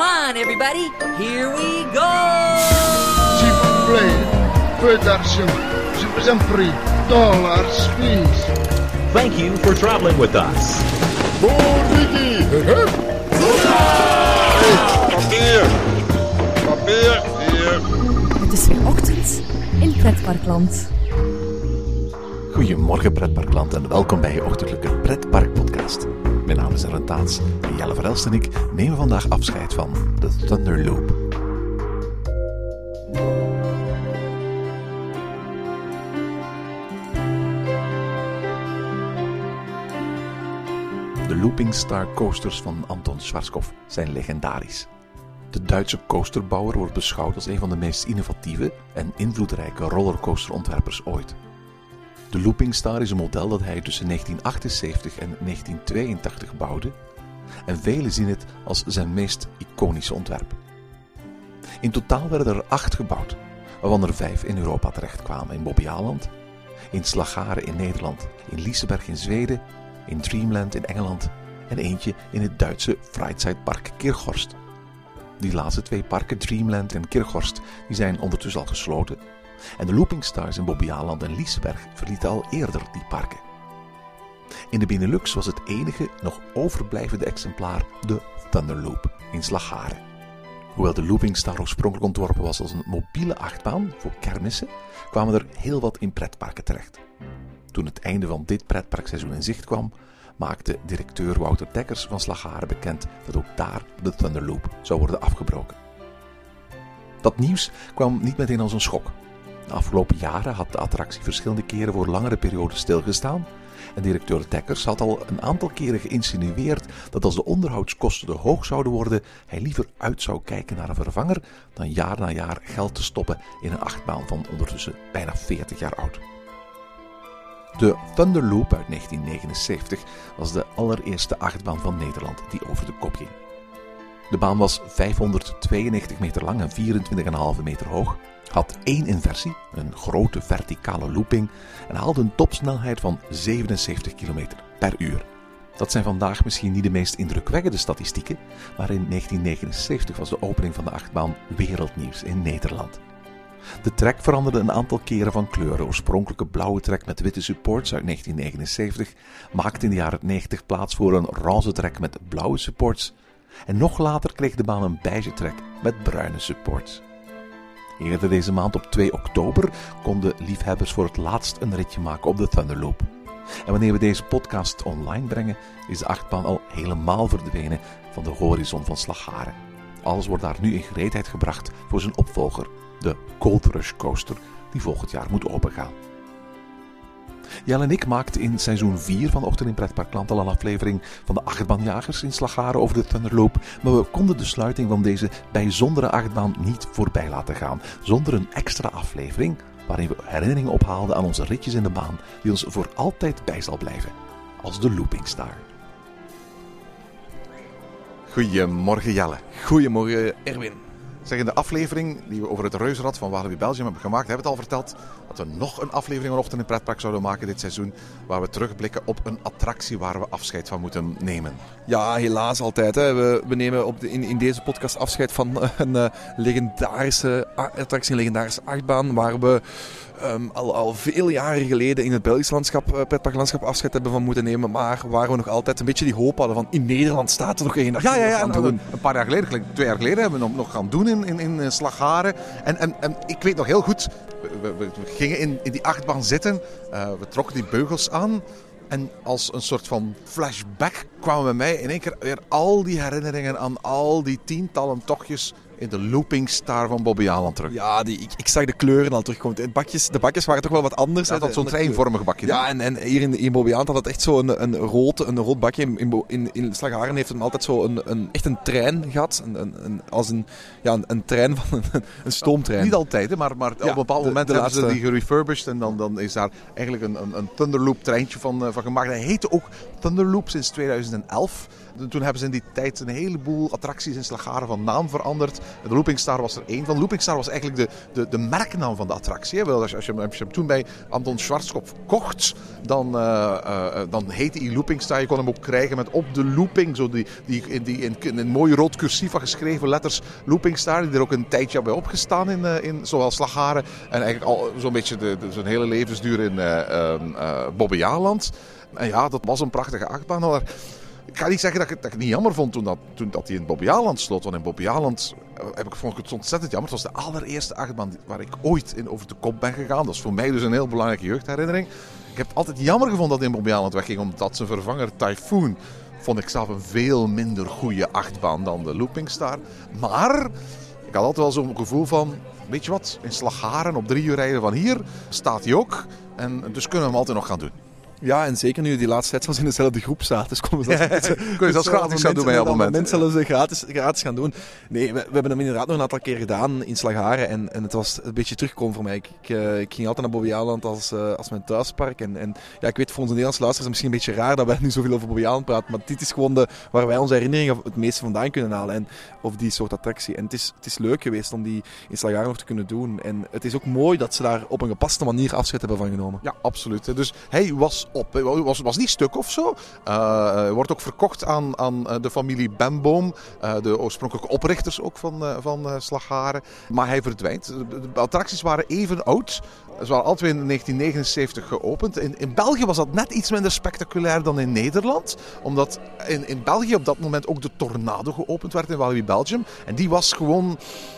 Come on, everybody. Here we go! S'il vous plaît, peu d'argent. Je vous en prie. Dollars, please. Thank you for traveling with us. Ricky! Papier, hier. Het is weer ochtend in Pretparkland. Goedemorgen Pretparkland en welkom bij je ochtendelijke Pretparkpodcast. Mijn naam is Aaron Taats en Jelle Verhelst en ik nemen vandaag afscheid van de Thunder Loop. De Looping Star coasters van Anton Schwarzkopf zijn legendarisch. De Duitse coasterbouwer wordt beschouwd als een van de meest innovatieve en invloedrijke rollercoasterontwerpers ooit. De Looping Star is een model dat hij tussen 1978 en 1982 bouwde en velen zien het als zijn meest iconische ontwerp. In totaal werden er 8 gebouwd, waarvan er 5 in Europa terechtkwamen: in Bobbejaanland, in Slagharen in Nederland, in Liseberg in Zweden, in Dreamland in Engeland en eentje in het Duitse Freizeitpark Kirchhorst. Die laatste 2 parken, Dreamland en Kirchhorst, die zijn ondertussen al gesloten. En de Looping Stars in Bobbejaanland en Liseberg verlieten al eerder die parken. In de Benelux was het enige nog overblijvende exemplaar de Thunder Loop in Slagharen. Hoewel de Looping Star oorspronkelijk ontworpen was als een mobiele achtbaan voor kermissen, kwamen er heel wat in pretparken terecht. Toen het einde van dit pretparkseizoen in zicht kwam, maakte directeur Wouter Dekkers van Slagharen bekend dat ook daar de Thunder Loop zou worden afgebroken. Dat nieuws kwam niet meteen als een schok. De afgelopen jaren had de attractie verschillende keren voor langere perioden stilgestaan en directeur Dekkers had al een aantal keren geïnsinueerd dat als de onderhoudskosten te hoog zouden worden, hij liever uit zou kijken naar een vervanger dan jaar na jaar geld te stoppen in een achtbaan van ondertussen bijna 40 jaar oud. De Thunder Loop uit 1979 was de allereerste achtbaan van Nederland die over de kop ging. De baan was 592 meter lang en 24,5 meter hoog, had 1 inversie, een grote verticale looping en haalde een topsnelheid van 77 km per uur. Dat zijn vandaag misschien niet de meest indrukwekkende statistieken, maar in 1979 was de opening van de achtbaan wereldnieuws in Nederland. De trek veranderde een aantal keren van kleur. De oorspronkelijke blauwe trek met witte supports uit 1979 maakte in de jaren 90 plaats voor een roze trek met blauwe supports. En nog later kreeg de baan een beige trek met bruine supports. Eerder deze maand op 2 oktober konden liefhebbers voor het laatst een ritje maken op de Thunder Loop. En wanneer we deze podcast online brengen, is de achtbaan al helemaal verdwenen van de horizon van Slagharen. Alles wordt daar nu in gereedheid gebracht voor zijn opvolger, de Gold Rush Coaster, die volgend jaar moet opengaan. Jelle en ik maakten in seizoen 4 van Ochtend in Pretparkland al een aflevering van de achtbaanjagers in Slagharen over de Thunder Loop, maar we konden de sluiting van deze bijzondere achtbaan niet voorbij laten gaan, zonder een extra aflevering waarin we herinneringen ophaalden aan onze ritjes in de baan die ons voor altijd bij zal blijven, als de Looping Star. Goedemorgen Jelle. Goedemorgen Erwin. Zeg, in de aflevering die we over het reuzenrad van Walibi Belgium hebben gemaakt, hebben we het al verteld dat we nog een aflevering van Ochtend in Pretpark zouden maken dit seizoen, waar we terugblikken op een attractie waar we afscheid van moeten nemen. Ja, helaas altijd. Hè. We nemen in deze podcast afscheid van een legendarische attractie, een legendarische achtbaan, waar we al vele jaren geleden in het Belgisch landschap, pretparklandschap afscheid hebben van moeten nemen, maar waar we nog altijd een beetje die hoop hadden van in Nederland staat er nog één. Ja. Een paar jaar geleden, 2 jaar geleden, hebben we hem nog gaan doen in Slagharen. En ik weet nog heel goed, we gingen in die achtbaan zitten, we trokken die beugels aan en als een soort van flashback kwamen bij mij in één keer weer al die herinneringen aan al die tientallen tochtjes in de Looping Star van Bobbejaanland terug. Ja, ik zag de kleuren al terugkomen. De bakjes waren toch wel wat anders. Ja, dat zo'n treinvormig bakje. Ja, en hier in Bobbejaanland had het echt zo een rood bakje. In Slagharen heeft het altijd zo echt een trein gehad. Een trein van een stoomtrein. Niet altijd, hè, maar op een bepaald moment hebben ze die gerefurbished. En dan is daar eigenlijk een Thunderloop treintje van gemaakt. Hij heette ook Thunderloop sinds 2011. Toen hebben ze in die tijd een heleboel attracties in Slagharen van naam veranderd. De Looping Star was er één van. Looping Star was eigenlijk de merknaam van de attractie. Hè. Als je hem toen bij Anton Schwarzkopf kocht, dan heette hij Looping Star. Je kon hem ook krijgen met op de looping, zo in een mooi rood cursief geschreven letters Looping Star, die er ook een tijdje bij opgestaan in zowel Slagharen en eigenlijk al zo'n beetje zijn hele levensduur in Bobbejaanland. En ja, dat was een prachtige achtbaan. Maar ik ga niet zeggen dat ik het niet jammer vond toen dat hij in Bobbejaanland sloot. Want in Bobbejaanland vond ik het ontzettend jammer. Het was de allereerste achtbaan waar ik ooit in over de kop ben gegaan. Dat is voor mij dus een heel belangrijke jeugdherinnering. Ik heb het altijd jammer gevonden dat hij in Bobbejaanland wegging, omdat zijn vervanger Typhoon vond ik zelf een veel minder goede achtbaan dan de Looping Star. Maar ik had altijd wel zo'n gevoel van, weet je wat, in Slagharen op 3 uur rijden van hier staat hij ook. En dus kunnen we hem altijd nog gaan doen. Ja, en zeker nu die laatste tijd in dezelfde groep staat. Dus kon je dat gratis gaan doen bij jouw moment. Mensen zelfs gratis gaan doen. Nee, we hebben hem inderdaad nog een aantal keer gedaan in Slagharen. En het was een beetje terugkomen voor mij. Ik ging altijd naar Bobbejaanland als mijn thuispark. En ja, ik weet, voor onze Nederlandse luisteraars is het misschien een beetje raar dat wij nu zoveel over Bobbejaanland praten. Maar dit is gewoon waar wij onze herinneringen het meeste vandaan kunnen halen. Of die soort attractie. En het is leuk geweest om die in Slagharen nog te kunnen doen. En het is ook mooi dat ze daar op een gepaste manier afscheid hebben van genomen. Ja, absoluut. Dus hij was op. Was niet stuk of zo. Wordt ook verkocht aan de familie Bemboom. De oorspronkelijke oprichters ook van Slagharen. Maar hij verdwijnt. De attracties waren even oud. Ze waren alle twee in 1979 geopend. In België was dat net iets minder spectaculair dan in Nederland. Omdat in België op dat moment ook de Tornado geopend werd in Walibi Belgium. En die was gewoon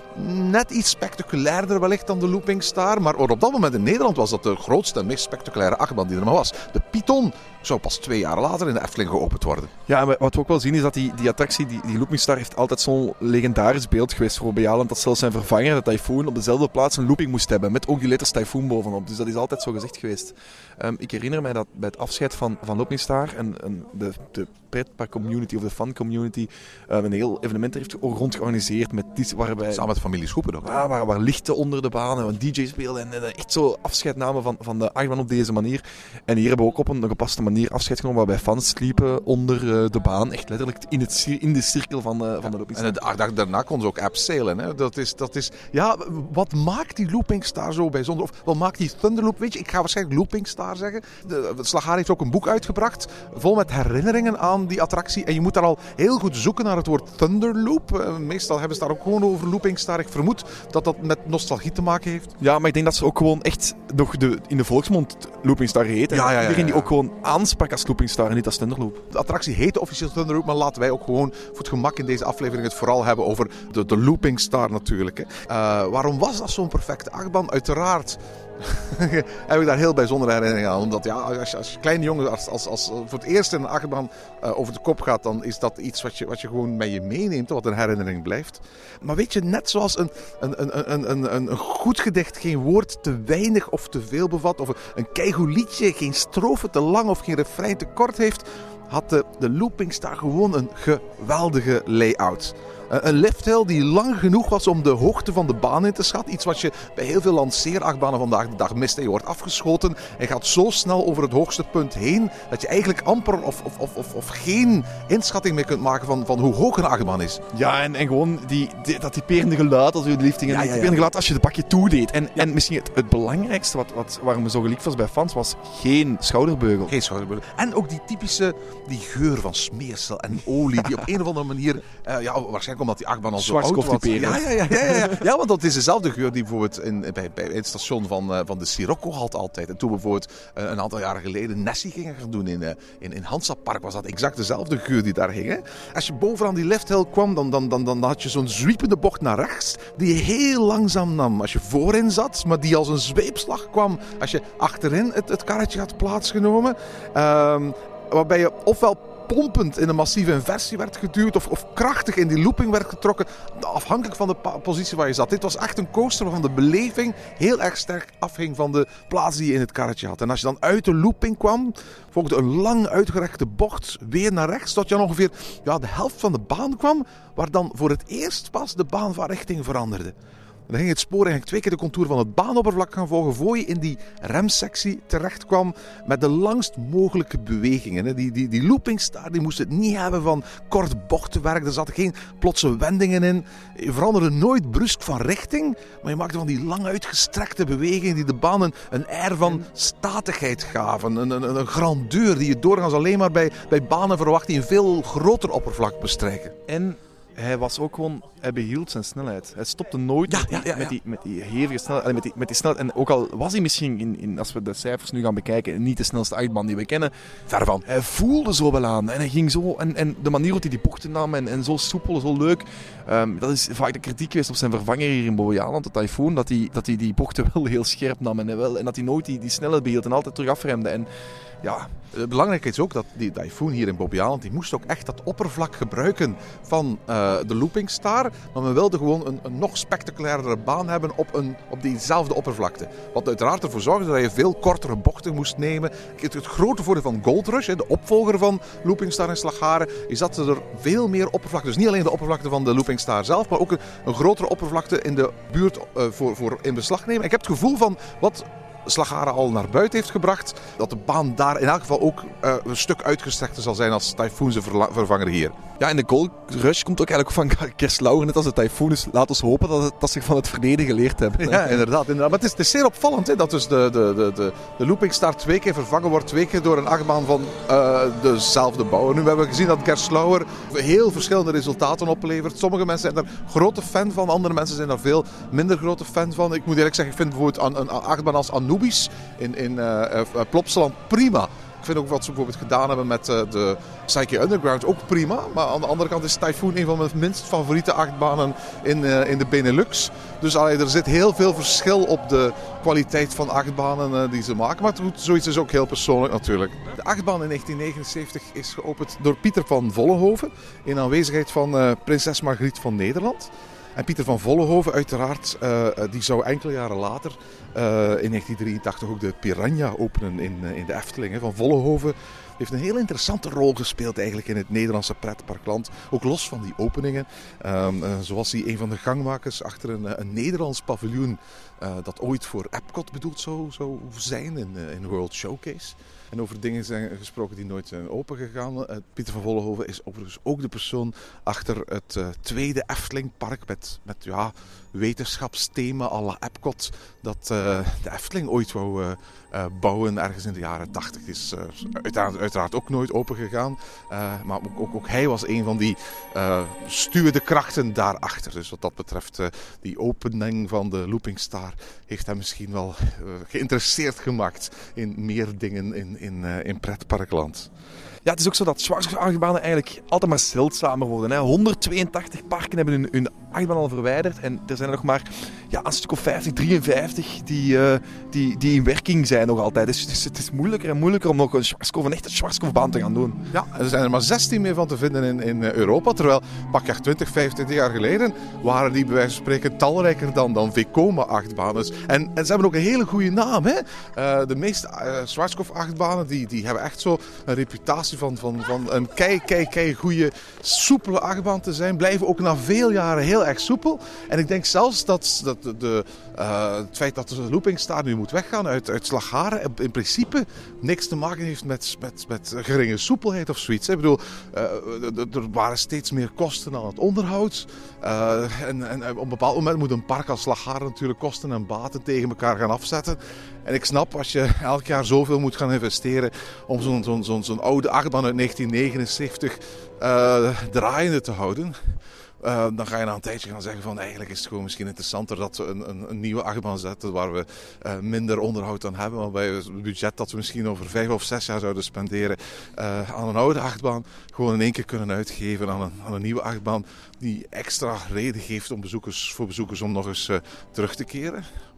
net iets spectaculairder wellicht dan de Looping Star. Maar op dat moment in Nederland was dat de grootste en meest spectaculaire achtbaan die er maar was. De Python zou pas 2 jaar later in de Efteling geopend worden. Ja, en wat we ook wel zien is dat die attractie, die Looping Star, heeft altijd zo'n legendarisch beeld geweest voor Bobbejaanland. Dat zelfs zijn vervanger, de Typhoon, op dezelfde plaats een looping moest hebben. Met ook die letters Typhoon bovenop. Dus dat is altijd zo gezegd geweest. Ik herinner mij dat bij het afscheid van Looping Star en de pretpark community of de fan community een heel evenement heeft rondgeorganiseerd met waarbij samen met de familie Schoepen ook. Waar lichten onder de banen, waar DJ's speelden en echt zo afscheid namen van de achtbaan op deze manier. En hier hebben we ook op een gepaste manier afscheid genomen waarbij fans sliepen onder de baan, echt letterlijk in de cirkel van de Looping Star. En de dag daarna konden ze ook abseilen. Hè? Dat is, ja, wat maakt die Looping Star zo bijzonder? Of wat maakt die Thunderloop? Weet je, ik ga waarschijnlijk Looping Star zeggen. Slagharen heeft ook een boek uitgebracht, vol met herinneringen aan die attractie. En je moet daar al heel goed zoeken naar het woord Thunderloop. Meestal hebben ze daar ook gewoon over Looping Star. Ik vermoed dat dat met nostalgie te maken heeft. Ja, maar ik denk dat ze ook gewoon echt nog in de volksmond Looping Star heet. Ja. Iedereen die ook gewoon aansprak als Looping Star en niet als Thunderloop. De attractie heet officieel Thunderloop, maar laten wij ook gewoon voor het gemak in deze aflevering het vooral hebben over de Looping Star natuurlijk. Hè. Waarom was dat zo'n perfecte achtbaan? Uiteraard heb ik daar heel bijzondere herinneringen aan. Omdat ja, als je kleine jongen als voor het eerst in een achtbaan over de kop gaat, dan is dat iets wat je gewoon met je meeneemt, wat een herinnering blijft. Maar weet je, net zoals een goed gedicht geen woord te weinig of te veel bevat, of een keigoed liedje geen strofe te lang of geen refrein te kort heeft, had de Looping Star gewoon een geweldige layout. Een lifthill die lang genoeg was om de hoogte van de baan in te schatten. Iets wat je bij heel veel lanceerachtbanen vandaag de dag mist. Je wordt afgeschoten en gaat zo snel over het hoogste punt heen dat je eigenlijk amper of geen inschatting meer kunt maken van hoe hoog een achtbaan is. Ja, en gewoon dat typerende geluid als je de lifting en typerende geluid als je de bakje toedeed. En misschien het belangrijkste waarom me zo geliefd was bij fans was geen schouderbeugel. Geen schouderbeugel. En ook die geur van smeersel en olie die op een of andere manier, waarschijnlijk omdat die achtbaan al zo oud was. Ja, want dat is dezelfde geur die bijvoorbeeld bij het station van de Sirocco had altijd. En toen bijvoorbeeld een aantal jaren geleden Nessie gingen gaan doen in Hansa Park, was dat exact dezelfde geur die daar hing. Hè? Als je bovenaan die lifthill kwam, dan had je zo'n zwiepende bocht naar rechts die je heel langzaam nam. Als je voorin zat, maar die als een zweepslag kwam als je achterin het karretje had plaatsgenomen. Waarbij je ofwel pompend in een massieve inversie werd geduwd of krachtig in die looping werd getrokken, afhankelijk van de positie waar je zat. Dit was echt een coaster waarvan de beleving heel erg sterk afhing van de plaats die je in het karretje had. En als je dan uit de looping kwam, volgde een lang uitgerekte bocht weer naar rechts, tot je dan ongeveer de helft van de baan kwam, waar dan voor het eerst pas de baanvaarrichting veranderde. Dan ging het spoor eigenlijk 2 keer de contour van het baanoppervlak gaan volgen, voor je in die remsectie terecht kwam met de langst mogelijke bewegingen. Die loopingstaar die moest het niet hebben van kort bochtenwerk, er zaten geen plotse wendingen in. Je veranderde nooit brusk van richting, maar je maakte van die lang uitgestrekte bewegingen die de baan een air van statigheid gaven. Een grandeur die je doorgaans alleen maar bij banen verwacht die een veel groter oppervlak bestrijken. En hij behield zijn snelheid. Hij stopte nooit met die hevige snelheid. Met die snelheid. En ook al was hij misschien, als we de cijfers nu gaan bekijken, niet de snelste achtbaan die we kennen. Ver van. Hij voelde zo wel aan. En hij ging zo. En de manier waarop hij die bochten nam en zo soepel, zo leuk. Dat is vaak de kritiek geweest op zijn vervanger hier in Bobbejaanland, de Typhoon. Dat hij die bochten wel heel scherp nam. En dat hij nooit die snelheid behield en altijd terug afremde. En ja. Belangrijk is ook dat die Typhoon hier in Bobbejaanland, die moest ook echt dat oppervlak gebruiken van de loopingstaar. Maar men wilde gewoon een nog spectaculairdere baan hebben op diezelfde oppervlakte. Wat uiteraard ervoor zorgde dat je veel kortere bochten moest nemen. Het grote voordeel van Gold Rush, de opvolger van loopingstaar in Slagharen, is dat er veel meer oppervlakte, dus niet alleen de oppervlakte van de loopingstaar zelf, maar ook een grotere oppervlakte in de buurt voor in beslag nemen. Ik heb het gevoel van wat Slagharen al naar buiten heeft gebracht, dat de baan daar in elk geval ook een stuk uitgestrekter zal zijn als Typhoon zijn vervanger hier. Ja, en de Gold Rush komt ook eigenlijk van Gerstlauer, net als de Typhoon. Dus laat ons hopen dat ze van het verleden geleerd hebben. Ja, inderdaad. Maar het is zeer opvallend hè, dat dus de loopingstaar 2 keer vervangen wordt, 2 keer door een achtbaan van dezelfde bouwer. Nu hebben we gezien dat Gerstlauer heel verschillende resultaten oplevert. Sommige mensen zijn daar grote fan van, andere mensen zijn daar veel minder grote fan van. Ik moet eerlijk zeggen, ik vind bijvoorbeeld een achtbaan als Anubis in Plopsaland prima. Ik vind ook wat ze bijvoorbeeld gedaan hebben met de Psyche Underground ook prima. Maar aan de andere kant is Typhoon een van mijn minst favoriete achtbanen in de Benelux. Dus er zit heel veel verschil op de kwaliteit van achtbanen die ze maken. Maar zoiets is ook heel persoonlijk natuurlijk. De achtbaan in 1979 is geopend door Pieter van Vollenhoven in aanwezigheid van prinses Margriet van Nederland. En Pieter van Vollenhoven uiteraard, die zou enkele jaren later in 1983 ook de Piranha openen in de Efteling. Van Vollenhoven heeft een heel interessante rol gespeeld eigenlijk in het Nederlandse pretparkland. Ook los van die openingen. Zoals hij een van de gangmakers achter een Nederlands paviljoen dat ooit voor Epcot bedoeld zou zijn in World Showcase. En over dingen zijn gesproken die nooit zijn opengegaan. Pieter van Vollenhoven is overigens ook de persoon achter het tweede Eftelingpark met wetenschapsthema à la Epcot dat de Efteling ooit wou bouwen ergens in de jaren 80. Is uiteraard ook nooit opengegaan. Maar ook hij was een van die stuwende krachten daarachter. Dus wat dat betreft, die opening van de Loopingstaar heeft hem misschien wel geïnteresseerd gemaakt in meer dingen in pretparkland. Ja, het is ook zo dat Schwarzkopf-achtbanen eigenlijk altijd maar zeldzamer worden. 182 parken hebben hun achtbaan al verwijderd. En er zijn er nog maar een stuk of 50, 53 die in werking zijn nog altijd. Dus het is moeilijker en moeilijker om nog een echte Schwarzkopfbaan te gaan doen. Ja, er zijn er maar 16 meer van te vinden in Europa. Terwijl pakweg 20, 25 jaar geleden waren die bij wijze van spreken talrijker dan Vekoma-achtbanen. En ze hebben ook een hele goede naam. Hè? De meeste Schwarzkopf-achtbanen die hebben echt zo een reputatie van een kei goede, soepele achtbaan te zijn. Blijven ook na veel jaren heel erg soepel. En ik denk zelfs dat het feit dat de loopingstaar nu moet weggaan uit Slagharen in principe niks te maken heeft met geringe soepelheid of zoiets. Ik bedoel, er waren steeds meer kosten aan het onderhoud. En op een bepaald moment moet een park als Slagharen natuurlijk kosten en baten tegen elkaar gaan afzetten. En ik snap, als je elk jaar zoveel moet gaan investeren om zo'n oude achtbaan uit 1979 draaiende te houden, dan ga je na een tijdje gaan zeggen van eigenlijk is het gewoon misschien interessanter dat we een nieuwe achtbaan zetten waar we minder onderhoud aan hebben. Maar bij het budget dat we misschien over 5 of 6 jaar zouden spenderen aan een oude achtbaan, gewoon in één keer kunnen uitgeven aan een nieuwe achtbaan die extra reden geeft om voor bezoekers om nog eens terug te keren.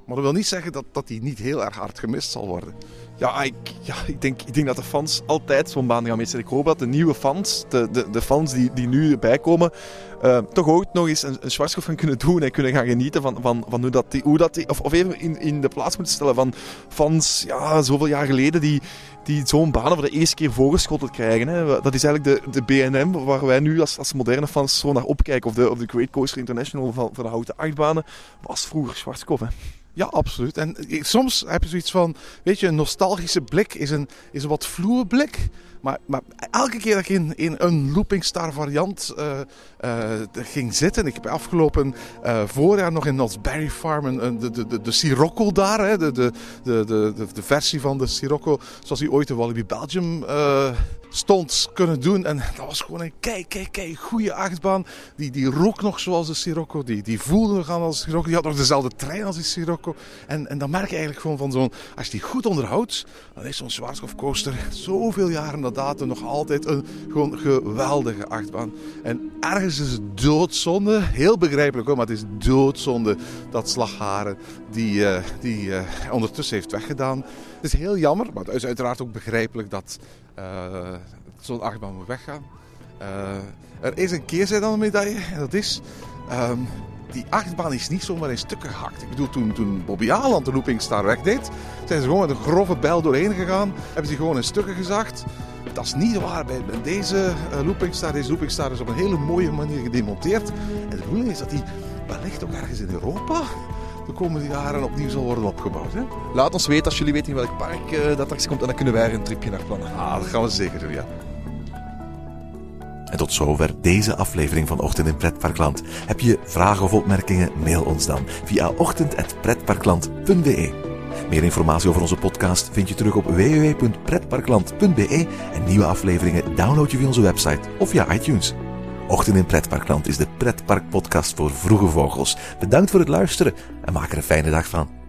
Maar dat wil niet zeggen dat die niet heel erg hard gemist zal worden. Ik denk dat de fans altijd zo'n baan gaan missen. Ik hoop dat de nieuwe fans, de fans die nu bijkomen, toch ooit nog eens een Schwarzkopf gaan kunnen doen en kunnen gaan genieten van hoe dat die of even in de plaats moeten stellen van fans, zoveel jaar geleden die zo'n baan voor de eerste keer voorgeschoteld krijgen. Hè. Dat is eigenlijk de BNM waar wij nu als moderne fans zo naar opkijken. Of de Great Coaster International van de houten achtbanen was vroeger Schwarzkopf. Hè. Ja, absoluut. En soms heb je zoiets van, weet je, een nostalgische blik is een wat vloe blik. Maar elke keer dat ik in een Looping Star variant ging zitten. Ik heb afgelopen voorjaar nog in Knott's Berry Farm de Sirocco daar. Hè, de versie van de Sirocco zoals die ooit in Walibi Belgium stond kunnen doen. En dat was gewoon een kei goede achtbaan. Die rook nog zoals de Sirocco. Die voelde nog aan als de Sirocco. Die had nog dezelfde trein als die Sirocco. En dan merk je eigenlijk gewoon van zo'n... Als je die goed onderhoudt, dan is zo'n Schwarzkopf coaster zoveel jaren na datum nog altijd een gewoon geweldige achtbaan. En ergens is het doodzonde, heel begrijpelijk hoor, maar het is doodzonde dat Slagharen die ondertussen heeft weggedaan. Het is heel jammer, maar het is uiteraard ook begrijpelijk dat zo'n achtbaan moet weggaan. Er is een keerzijde aan de medaille en dat is... die achtbaan is niet zomaar in stukken gehakt. Ik bedoel, toen Bobby Aland de Looping Star wegdeed, zijn ze gewoon met een grove bijl doorheen gegaan. Hebben ze gewoon in stukken gezaagd. Dat is niet waar bij deze Looping Star. Deze Looping Star is op een hele mooie manier gedemonteerd. En de bedoeling is dat die wellicht ook ergens in Europa de komende jaren opnieuw zal worden opgebouwd. Hè? Laat ons weten als jullie weten in welk park dat er komt en dan kunnen wij er een tripje naar plannen. Dat gaan we zeker doen, ja. En tot zover deze aflevering van Ochtend in Pretparkland. Heb je vragen of opmerkingen? Mail ons dan via ochtend@pretparkland.be. Meer informatie over onze podcast vind je terug op www.pretparkland.be en nieuwe afleveringen download je via onze website of via iTunes. Ochtend in Pretparkland is de pretparkpodcast voor vroege vogels. Bedankt voor het luisteren en maak er een fijne dag van.